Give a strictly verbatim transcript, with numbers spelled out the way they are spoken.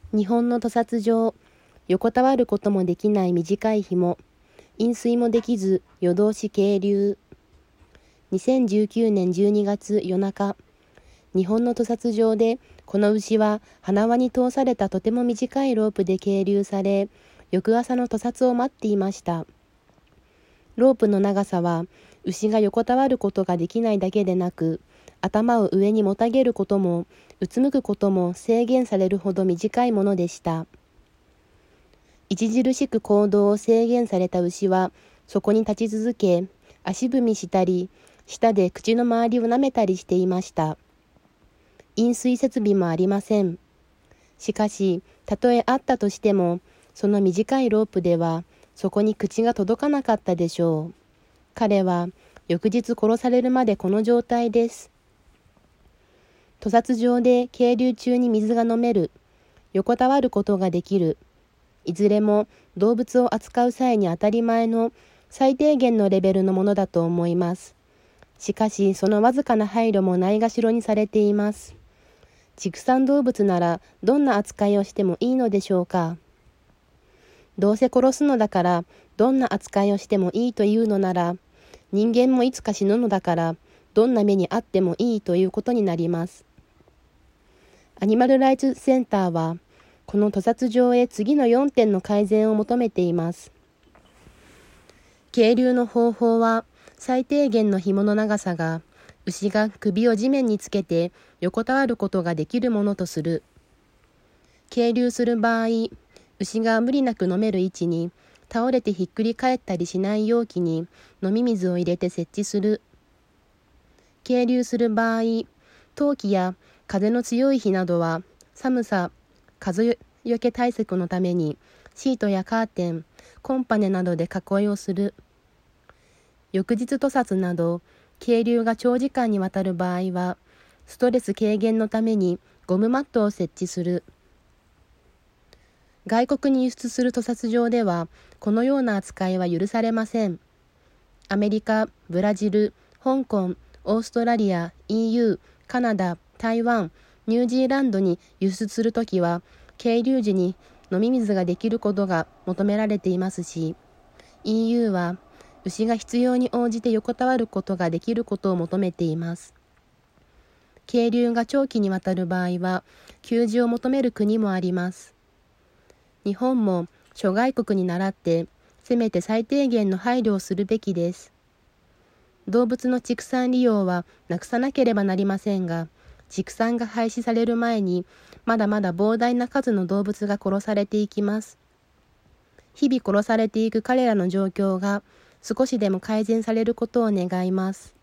日本の屠殺場、横たわることもできない短い紐、飲水もできず夜通し係留。にせんじゅうきゅうねんじゅうにがつ夜中、日本の屠殺場でこの牛は鼻輪に通されたとても短いロープで係留され、翌朝の屠殺を待っていました。ロープの長さは牛が横たわることができないだけでなく、頭を上にもたげることもうつむくことも制限されるほど短いものでした。著しく行動を制限された牛はそこに立ち続け、足踏みしたり、舌で口の周りを舐めたりしていました。飲水設備もありません。しかし、たとえあったとしても、その短いロープではそこに口が届かなかったでしょう。彼は翌日殺されるまでこの状態です。屠殺場で係留中に水が飲める、横たわることができる、いずれも動物を扱う際に当たり前の最低限のレベルのものだと思います。しかしそのわずかな配慮もないがしろにされています。畜産動物ならどんな扱いをしてもいいのでしょうか。どうせ殺すのだからどんな扱いをしてもいいというのなら、人間もいつか死ぬのだからどんな目にあってもいいということになります。アニマルライツセンターはこの屠殺場へ次のよんてんの改善を求めています。係留の方法は最低限の紐の長さが牛が首を地面につけて横たわることができるものとする。係留する場合、牛が無理なく飲める位置に倒れてひっくり返ったりしない容器に飲み水を入れて設置する。係留する場合、冬季や風の強い日などは寒さ、風よけ対策のためにシートやカーテン、コンパネなどで囲いをする。翌日屠殺など係留が長時間にわたる場合はストレス軽減のためにゴムマットを設置する。外国に輸出する屠殺場ではこのような扱いは許されません。アメリカ、ブラジル、香港、オーストラリア、イーユー、カナダ、台湾、ニュージーランドに輸出するときは係留時に飲み水ができることが求められていますし、イーユー は牛が必要に応じて横たわることができることを求めています。係留が長期にわたる場合は休止を求める国もあります。日本も諸外国に倣ってせめて最低限の配慮をするべきです。動物の畜産利用はなくさなければなりませんが、畜産が廃止される前にまだまだ膨大な数の動物が殺されていきます。日々殺されていく彼らの状況が少しでも改善されることを願います。